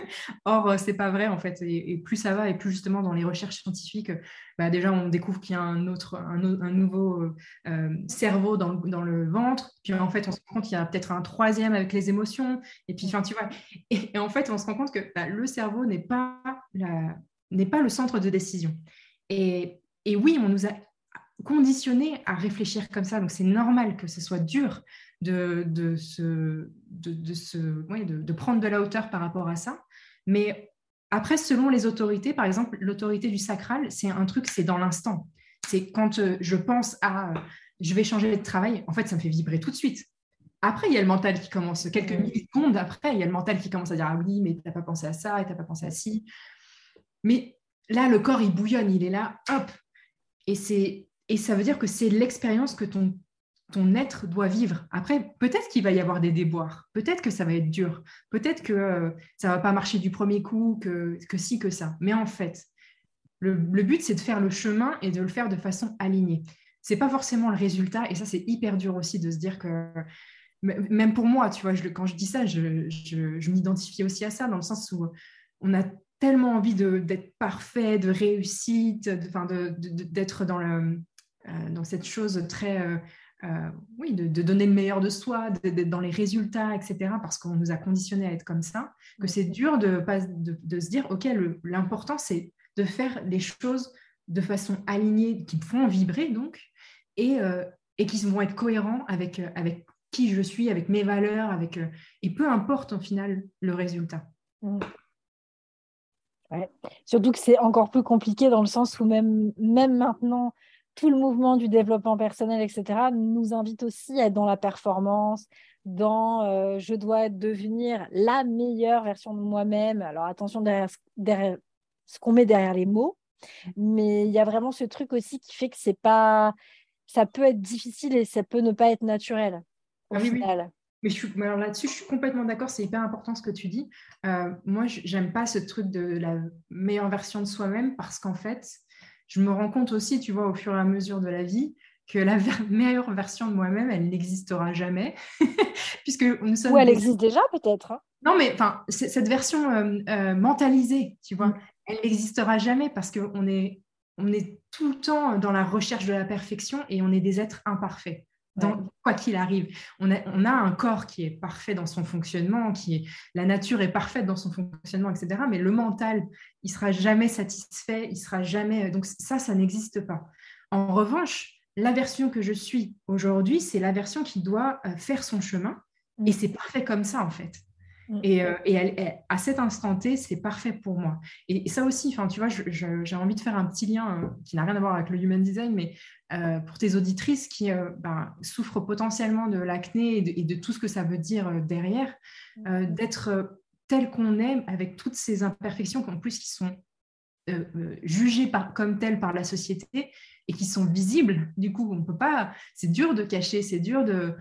Or, euh, c'est pas vrai, en fait. Et, et plus ça va, et plus justement, dans les recherches scientifiques, euh, bah, déjà, on découvre qu'il y a un, autre, un, au- un nouveau euh, euh, cerveau dans, le- dans le ventre. Puis, en fait, on se rend compte qu'il y a peut-être un troisième avec les émotions. Et puis, enfin, tu vois. Et, et en fait, on se rend compte que bah, le cerveau n'est pas, la- n'est pas le centre de décision. Et et oui, on nous a conditionnés à réfléchir comme ça, donc c'est normal que ce soit dur de, de, se, de, de, se, ouais, de, de prendre de la hauteur par rapport à ça. Mais après, selon les autorités, par exemple, l'autorité du sacral, c'est un truc, c'est dans l'instant. C'est quand euh, je pense à euh, je vais changer de travail, en fait, ça me fait vibrer tout de suite. Après, il y a le mental qui commence, quelques Mm. millisecondes après, il y a le mental qui commence à dire ah oui, mais tu n'as pas pensé à ça et tu n'as pas pensé à ci. Mais là, le corps, il bouillonne, il est là, hop, et, c'est, et ça veut dire que c'est l'expérience que ton, ton être doit vivre. Après, peut-être qu'il va y avoir des déboires, peut-être que ça va être dur, peut-être que euh, ça ne va pas marcher du premier coup, que, que ci, que ça. Mais en fait, le, le but, c'est de faire le chemin et de le faire de façon alignée. C'est pas forcément le résultat, et ça, c'est hyper dur aussi de se dire que, même pour moi, tu vois, je, quand je dis ça, je, je, je m'identifie aussi à ça, dans le sens où on a tellement envie de, d'être parfait, de réussite, de, enfin de, de, d'être dans, le, euh, dans cette chose très, euh, euh, oui, de, de, donner le meilleur de soi, de, d'être dans les résultats, et cetera, parce qu'on nous a conditionnés à être comme ça, que c'est dur de, pas, de, de se dire, OK, le, l'important, c'est de faire les choses de façon alignée, qui font vibrer, donc, et, euh, et qui vont être cohérents avec, avec qui je suis, avec mes valeurs, avec, euh, et peu importe, au final, le résultat. Mm. Ouais. Surtout que c'est encore plus compliqué dans le sens où même, même maintenant, tout le mouvement du développement personnel, et cetera, nous invite aussi à être dans la performance, dans euh, je dois devenir la meilleure version de moi-même. Alors attention derrière, ce- derrière ce qu'on met derrière les mots, mais il y a vraiment ce truc aussi qui fait que c'est pas, ça peut être difficile et ça peut ne pas être naturel au Ah oui, oui. final. Mais, je suis, mais alors là-dessus, je suis complètement d'accord, c'est hyper important ce que tu dis. Euh, moi, je- j'aime pas ce truc de la meilleure version de soi-même parce qu'en fait, je me rends compte aussi, tu vois, au fur et à mesure de la vie, que la ver- meilleure version de moi-même, elle n'existera jamais, puisque nous Ou sommes elle des... existe déjà peut-être, hein. Non, mais enfin, c'est- cette version euh, euh, mentalisée, tu vois, Mm. elle n'existera jamais parce qu'on est, on est tout le temps dans la recherche de la perfection et on est des êtres imparfaits. Ouais. Dans, quoi qu'il arrive, on a, on a un corps qui est parfait dans son fonctionnement, qui est, la nature est parfaite dans son fonctionnement, et cetera. Mais le mental, il sera jamais satisfait, il sera jamais. Donc ça, ça n'existe pas. En revanche, la version que je suis aujourd'hui, c'est la version qui doit euh, faire son chemin, et Mm. c'est parfait comme ça en fait. Mm. Et, euh, et elle, elle- à cet instant T, c'est parfait pour moi. Et, et ça aussi, enfin, tu vois, je- je- j'ai envie de faire un petit lien euh, qui n'a rien à voir avec le human design, mais euh, pour tes auditrices qui euh, ben, souffrent potentiellement de l'acné et de, et de tout ce que ça veut dire euh, derrière, euh, d'être euh, tel qu'on est, avec toutes ces imperfections qu'en plus qui sont euh, euh, jugées par, comme telles par la société et qui sont visibles. Du coup, on peut pas. C'est dur de cacher, c'est dur de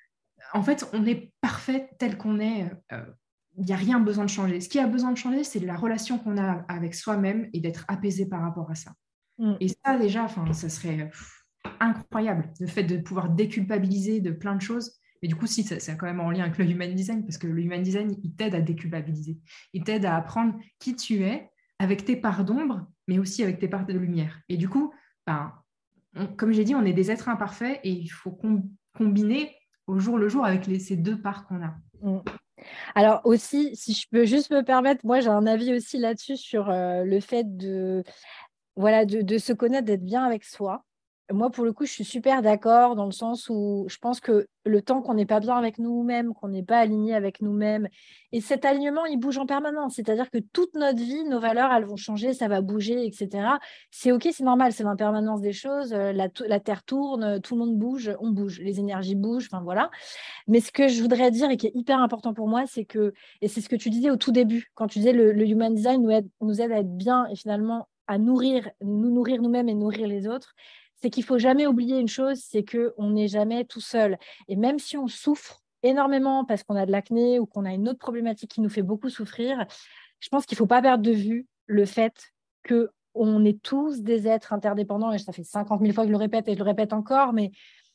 en fait, on est parfait tel qu'on est. Euh, Il n'y a rien besoin de changer. Ce qui a besoin de changer, c'est la relation qu'on a avec soi-même et d'être apaisé par rapport à ça. Mm. Et ça, déjà, enfin, ça serait pff, incroyable, le fait de pouvoir déculpabiliser de plein de choses. Mais du coup, si, c'est quand même en lien avec le human design, parce que le human design, il t'aide à déculpabiliser. Il t'aide à apprendre qui tu es avec tes parts d'ombre, mais aussi avec tes parts de lumière. Et du coup, ben, on- comme j'ai dit, on est des êtres imparfaits et il faut com- combiner au jour le jour avec les, ces deux parts qu'on a. Mm. Alors aussi, si je peux juste me permettre, moi j'ai un avis aussi là-dessus sur euh, le fait de, voilà, de, de se connaître, d'être bien avec soi. Moi, pour le coup, je suis super d'accord dans le sens où je pense que le temps qu'on n'est pas bien avec nous-mêmes, qu'on n'est pas aligné avec nous-mêmes, et cet alignement, il bouge en permanence. C'est-à-dire que toute notre vie, nos valeurs, elles vont changer, ça va bouger, et cetera. C'est OK, c'est normal, c'est l'impermanence des choses. euh, La, tou- la Terre tourne, tout le monde bouge, on bouge, les énergies bougent, enfin voilà. Mais ce que je voudrais dire et qui est hyper important pour moi, c'est que, et c'est ce que tu disais au tout début, quand tu disais le, le human design nous aide, nous aide à être bien et finalement à nourrir, nous nourrir nous-mêmes et nourrir les autres, c'est qu'il faut jamais oublier une chose, c'est qu'on n'est jamais tout seul. Et même si on souffre énormément parce qu'on a de l'acné ou qu'on a une autre problématique qui nous fait beaucoup souffrir, je pense qu'il ne faut pas perdre de vue le fait que on est tous des êtres interdépendants, et ça fait cinquante mille fois que je le répète et je le répète encore, mais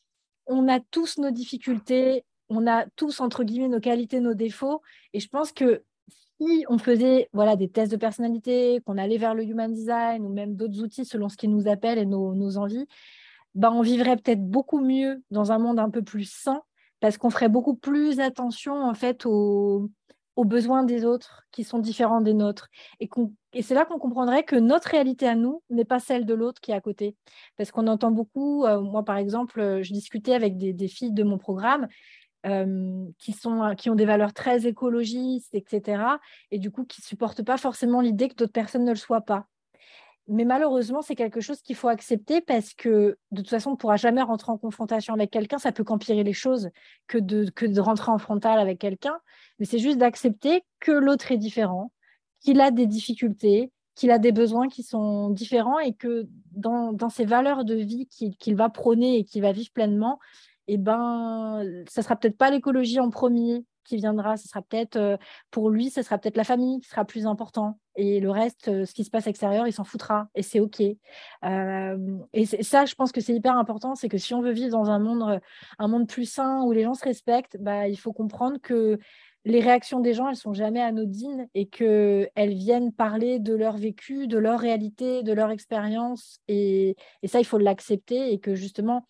on a tous nos difficultés, on a tous, entre guillemets, nos qualités, nos défauts. Et je pense que si on faisait voilà, des tests de personnalité, qu'on allait vers le human design ou même d'autres outils selon ce qui nous appelle et nos, nos envies, bah, on vivrait peut-être beaucoup mieux dans un monde un peu plus sain parce qu'on ferait beaucoup plus attention en fait aux, aux besoins des autres qui sont différents des nôtres. Et, qu'on- et c'est là qu'on comprendrait que notre réalité à nous n'est pas celle de l'autre qui est à côté. Parce qu'on entend beaucoup, euh, moi par exemple, euh, je discutais avec des, des filles de mon programme euh, qui sont, qui ont des valeurs très écologistes, et cetera. Et du coup, qui ne supportent pas forcément l'idée que d'autres personnes ne le soient pas. Mais malheureusement, c'est quelque chose qu'il faut accepter parce que de toute façon, on ne pourra jamais rentrer en confrontation avec quelqu'un. Ça peut qu'empirer les choses que de, que de rentrer en frontal avec quelqu'un. Mais c'est juste d'accepter que l'autre est différent, qu'il a des difficultés, qu'il a des besoins qui sont différents et que dans, dans ses valeurs de vie qu'il qu'il va prôner et qu'il va vivre pleinement, eh ben, ça ne sera peut-être pas l'écologie en premier qui viendra, ce sera peut-être euh, pour lui, ce sera peut-être la famille qui sera plus important. Et le reste, euh, ce qui se passe extérieur, il s'en foutra. Et c'est OK. Euh, et c'est- ça, je pense que c'est hyper important. C'est que si on veut vivre dans un monde, euh, un monde plus sain où les gens se respectent, bah, il faut comprendre que les réactions des gens, elles sont jamais anodines et qu'elles viennent parler de leur vécu, de leur réalité, de leur expérience. Et, et ça, il faut l'accepter et que justement,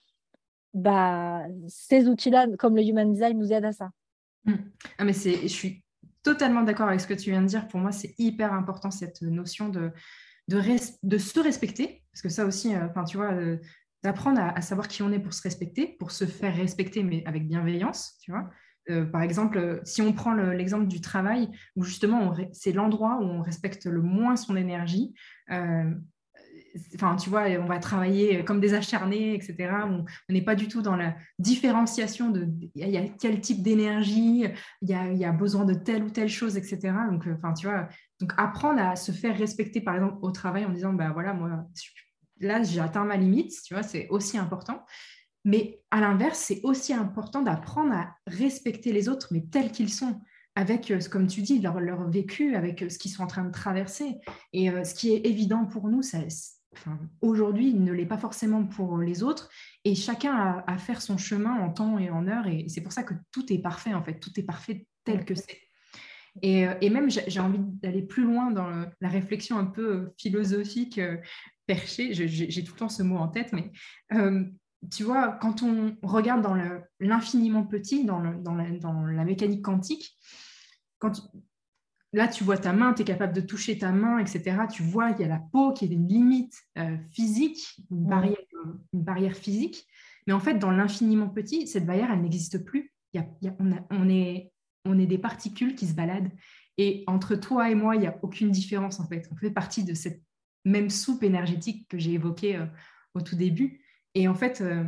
bah, ces outils-là, comme le Human Design, nous aident à ça. Mm. Ah, mais c'est, je suis totalement d'accord avec ce que tu viens de dire. Pour moi, c'est hyper important cette notion de, de, res- de se respecter, parce que ça aussi, euh, enfin, tu vois, euh, d'apprendre à, à savoir qui on est pour se respecter, pour se faire respecter, mais avec bienveillance, tu vois. Euh, par exemple, euh, si on prend le- l'exemple du travail, où justement, on ré- c'est l'endroit où on respecte le moins son énergie. euh, Enfin, tu vois, on va travailler comme des acharnés, et cetera. On on n'est pas du tout dans la différenciation de il y a quel type d'énergie, il y a, il y a besoin de telle ou telle chose, et cetera. Donc, euh, enfin, tu vois, donc apprendre à se faire respecter, par exemple, au travail en disant, bah voilà, moi, là, j'ai atteint ma limite, tu vois, c'est aussi important. Mais à l'inverse, c'est aussi important d'apprendre à respecter les autres, mais tels qu'ils sont, avec, euh, comme tu dis, leur, leur vécu, avec euh, ce qu'ils sont en train de traverser. Et euh, ce qui est évident pour nous, ça, enfin, aujourd'hui, il ne l'est pas forcément pour les autres. Et chacun a à faire son chemin en temps et en heure. Et c'est pour ça que tout est parfait, en fait. Tout est parfait tel que c'est. Et, euh, et même, j'ai j'ai envie d'aller plus loin dans le- la réflexion un peu euh, philosophique, euh, perchée. Je- J'ai j'ai tout le temps ce mot en tête, mais euh, tu vois, quand on regarde dans le- l'infiniment petit, dans, le- dans la, dans la mécanique quantique, quand tu- là, tu vois ta main, tu es capable de toucher ta main, et cetera. Tu vois, il y a la peau qui est une limite euh, physique, une Mm. barrière, une barrière physique. Mais en fait, dans l'infiniment petit, cette barrière, elle n'existe plus. Il y a- il y a- on, a- on est, on est des particules qui se baladent. Et entre toi et moi, il n'y a aucune différence, en fait. On fait partie de cette même soupe énergétique que j'ai évoquée euh, au tout début. Et en fait, euh,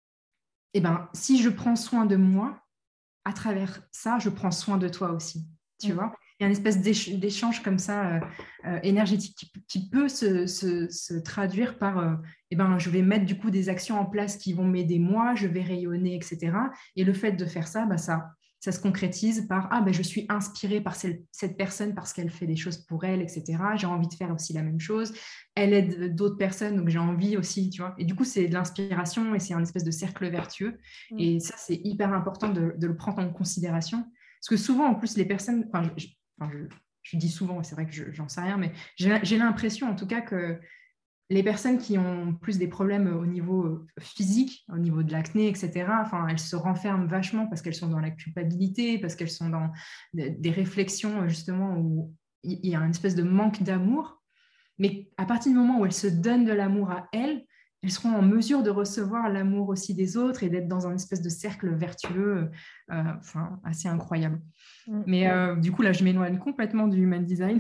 eh ben, si je prends soin de moi, à travers ça, je prends soin de toi aussi. Tu Mm. vois, il y a une espèce d'éch- d'échange comme ça euh, euh, énergétique qui, qui peut se, se- se traduire par euh, eh ben, je vais mettre du coup des actions en place qui vont m'aider moi, je vais rayonner, et cetera. Et le fait de faire ça, bah, ça, ça se concrétise par ah ben, je suis inspirée par celle- cette personne parce qu'elle fait des choses pour elle, et cetera. J'ai envie de faire aussi la même chose. Elle aide d'autres personnes, donc j'ai envie aussi, tu vois. Et du coup, c'est de l'inspiration et c'est un espèce de cercle vertueux. Mm. Et ça, c'est hyper important de, de le prendre en considération. Parce que souvent, en plus, les personnes, enfin, je, enfin, je, je dis souvent, c'est vrai que je, j'en sais rien, mais j'ai j'ai l'impression en tout cas que les personnes qui ont plus des problèmes au niveau physique, au niveau de l'acné, et cetera, enfin, elles se renferment vachement parce qu'elles sont dans la culpabilité, parce qu'elles sont dans des réflexions justement où il y a une espèce de manque d'amour. Mais à partir du moment où elles se donnent de l'amour à elles, elles seront en mesure de recevoir l'amour aussi des autres et d'être dans un espèce de cercle vertueux, euh, enfin, assez incroyable. Mm. Mais euh, du coup, là, je m'éloigne complètement du human design.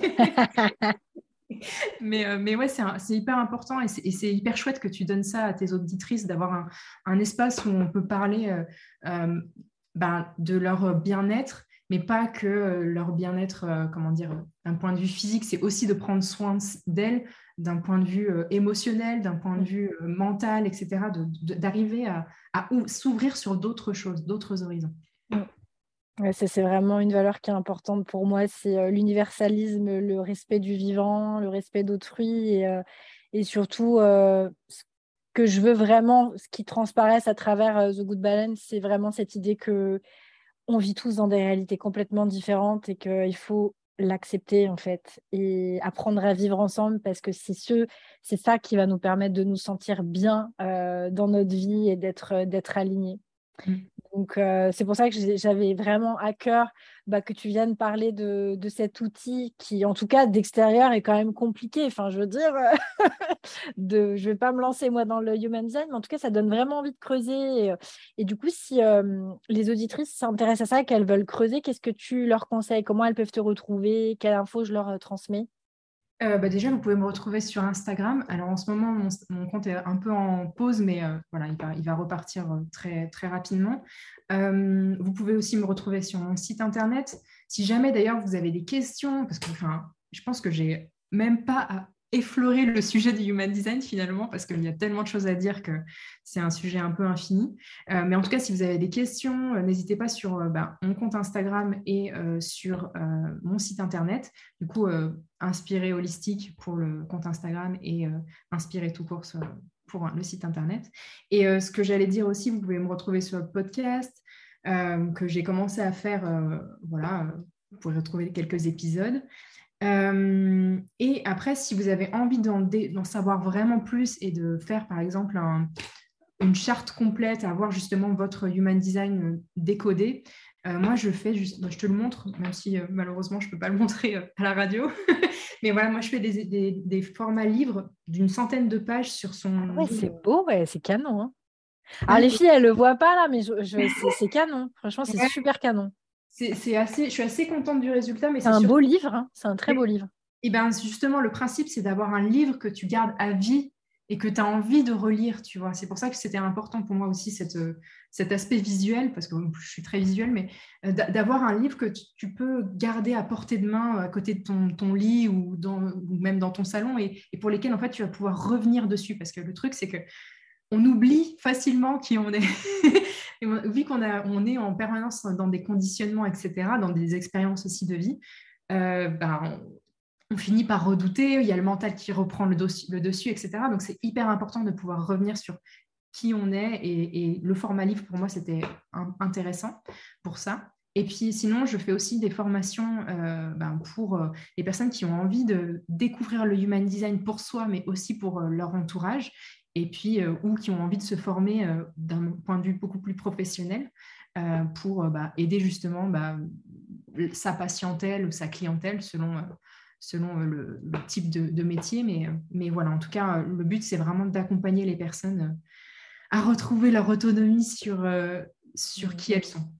mais, euh, mais ouais, c'est, un, c'est hyper important et c'est, et c'est hyper chouette que tu donnes ça à tes auditrices, d'avoir un, un espace où on peut parler euh, euh, ben, de leur bien-être, mais pas que euh, leur bien-être, euh, comment dire, d'un point de vue physique, c'est aussi de prendre soin d'elles d'un point de vue euh, émotionnel, d'un point de vue euh, mental, et cetera, de, de, d'arriver à, à ou, s'ouvrir sur d'autres choses, d'autres horizons. Mm. Ouais, ça, c'est vraiment une valeur qui est importante pour moi, c'est euh, l'universalisme, le respect du vivant, le respect d'autrui et, euh, et surtout euh, ce que je veux vraiment, ce qui transparaisse à travers euh, The Good Balance, c'est vraiment cette idée que on vit tous dans des réalités complètement différentes et qu'il faut l'accepter en fait et apprendre à vivre ensemble parce que c'est ce, c'est ça qui va nous permettre de nous sentir bien euh, dans notre vie et d'être, d'être alignés. Mm. Donc, euh, c'est pour ça que j'ai- j'avais vraiment à cœur bah, que tu viennes parler de, de cet outil qui, en tout cas, d'extérieur, est quand même compliqué. Enfin, je veux dire, de, je ne vais pas me lancer, moi, dans le human design, mais en tout cas, ça donne vraiment envie de creuser. Et, et du coup, si euh, les auditrices s'intéressent à ça, qu'elles veulent creuser, qu'est-ce que tu leur conseilles? Comment elles peuvent te retrouver? Quelle info je leur euh, transmets? Euh, bah déjà, vous pouvez me retrouver sur Instagram. Alors en ce moment, mon, mon compte est un peu en pause, mais euh, voilà, il va, il va repartir euh, très, très rapidement. Euh, vous pouvez aussi me retrouver sur mon site internet. Si jamais d'ailleurs vous avez des questions, parce que enfin, je pense que j'ai même pas à effleurer le sujet du human design finalement, parce qu'il y a tellement de choses à dire que c'est un sujet un peu infini. Euh, mais en tout cas, si vous avez des questions, euh, n'hésitez pas sur euh, bah, mon compte Instagram et euh, sur euh, mon site internet. Du coup, euh, Inspiré Holistique pour le compte Instagram et euh, Inspiré tout court sur- pour le site internet. Et euh, ce que j'allais dire aussi, vous pouvez me retrouver sur le podcast euh, que j'ai commencé à faire. Euh, voilà, euh, vous pouvez retrouver quelques épisodes. Euh, et après, si vous avez envie d'en, dé- d'en savoir vraiment plus et de faire, par exemple, un, une charte complète, avoir justement votre human design décodé. Euh, moi, je fais juste, je te le montre, même si euh, malheureusement, je ne peux pas le montrer euh, à la radio. Mais voilà, moi, je fais des, des, des formats livres d'une centaine de pages sur Ah son ouais, jour. c'est beau, ouais, c'est canon, hein. Alors, Ouais, les filles, elles ne le voient pas là, mais je, je- c'est c'est canon. Franchement, c'est ouais, super canon. c'est, c'est assez, je suis assez contente du résultat, mais C'est c'est un sûr. beau livre, hein. C'est un très beau livre. Et bien, justement, le principe, c'est d'avoir un livre que tu gardes à vie et que tu as envie de relire, tu vois. C'est pour ça que c'était important pour moi aussi, cette, euh, cet aspect visuel, parce que je suis très visuelle, mais euh, d'a- d'avoir un livre que tu, tu peux garder à portée de main à côté de ton, ton lit ou, dans, ou même dans ton salon et, et pour lesquels, en fait, tu vas pouvoir revenir dessus. Parce que le truc, c'est que on oublie facilement qui on est. Et on- vu qu'on a, on est en permanence dans des conditionnements, et cetera, dans des expériences aussi de vie, euh, ben, on finit par redouter, il y a le mental qui reprend le, dossi- le dessus, et cetera. Donc, c'est hyper important de pouvoir revenir sur qui on est. Et, et le format livre, pour moi, c'était un- intéressant pour ça. Et puis, sinon, je fais aussi des formations euh, ben, pour euh, les personnes qui ont envie de découvrir le human design pour soi, mais aussi pour euh, leur entourage. Et puis, euh, ou qui ont envie de se former euh, d'un point de vue beaucoup plus professionnel euh, pour euh, bah, aider justement bah, sa patientèle ou sa clientèle selon, euh, selon euh, le, le type de, de métier. Mais, euh, mais voilà, en tout cas, euh, le but, c'est vraiment d'accompagner les personnes euh, à retrouver leur autonomie sur, euh, sur qui elles sont.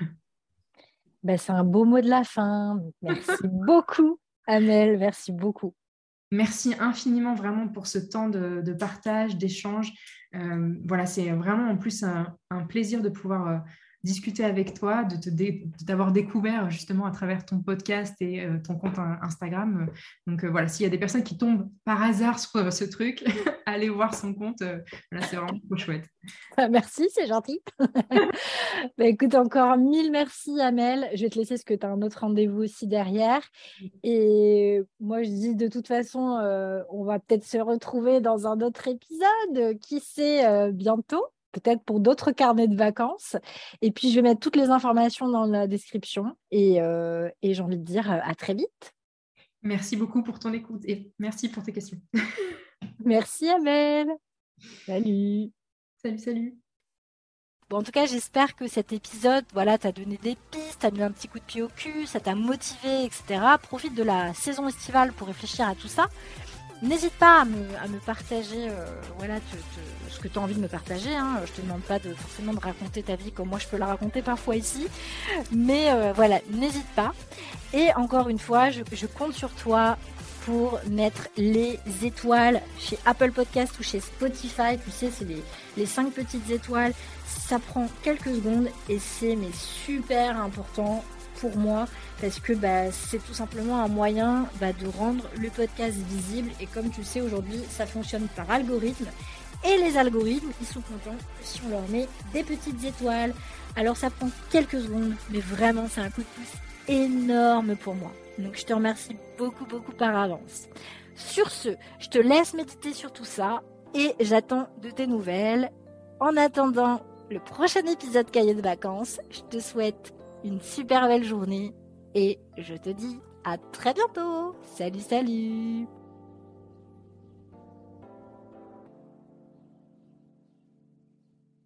Ben, c'est un beau mot de la fin. Merci beaucoup, Amel. Merci beaucoup. Merci infiniment vraiment pour ce temps de, de partage, d'échange. Euh, voilà, c'est vraiment en plus un, un plaisir de pouvoir euh, discuter avec toi, de te dé- de t'avoir découvert justement à travers ton podcast et euh, ton compte in- Instagram. Donc euh, voilà, s'il y a des personnes qui tombent par hasard sur euh, ce truc, allez voir son compte. Euh, voilà, c'est vraiment trop chouette. Merci, c'est gentil. Ben, écoute, encore mille merci, Amel. Je vais te laisser parce que tu as un autre rendez-vous aussi derrière. Et moi, je dis de toute façon, euh, on va peut-être se retrouver dans un autre épisode, qui sait, euh, bientôt, peut-être pour d'autres carnets de vacances. Et puis, je vais mettre toutes les informations dans la description. Et, euh, et j'ai envie de dire euh, à très vite. Merci beaucoup pour ton écoute et merci pour tes questions. Merci Amel. Salut. Salut, salut. Bon, en tout cas, j'espère que cet épisode, voilà, t'a donné des pistes, t'a mis un petit coup de pied au cul, ça t'a motivé, et cetera. Profite de la saison estivale pour réfléchir à tout ça. N'hésite pas à me, à me partager euh, voilà, te, te, ce que tu as envie de me partager. Hein. Je te demande pas de, forcément de raconter ta vie comme moi je peux la raconter parfois ici. Mais euh, voilà, n'hésite pas. Et encore une fois, je, je compte sur toi pour mettre les étoiles chez Apple Podcast ou chez Spotify. Tu sais, c'est les, les cinq petites étoiles. Ça prend quelques secondes et c'est mais super important pour moi parce que bah, c'est tout simplement un moyen bah, de rendre le podcast visible et comme tu le sais aujourd'hui ça fonctionne par algorithme et les algorithmes ils sont contents si on leur met des petites étoiles. Alors ça prend quelques secondes mais vraiment c'est un coup de pouce énorme pour moi, donc je te remercie beaucoup beaucoup par avance. Sur ce, je te laisse méditer sur tout ça et j'attends de tes nouvelles. En attendant le prochain épisode Cahier de vacances, je te souhaite une super belle journée et je te dis à très bientôt. Salut, salut!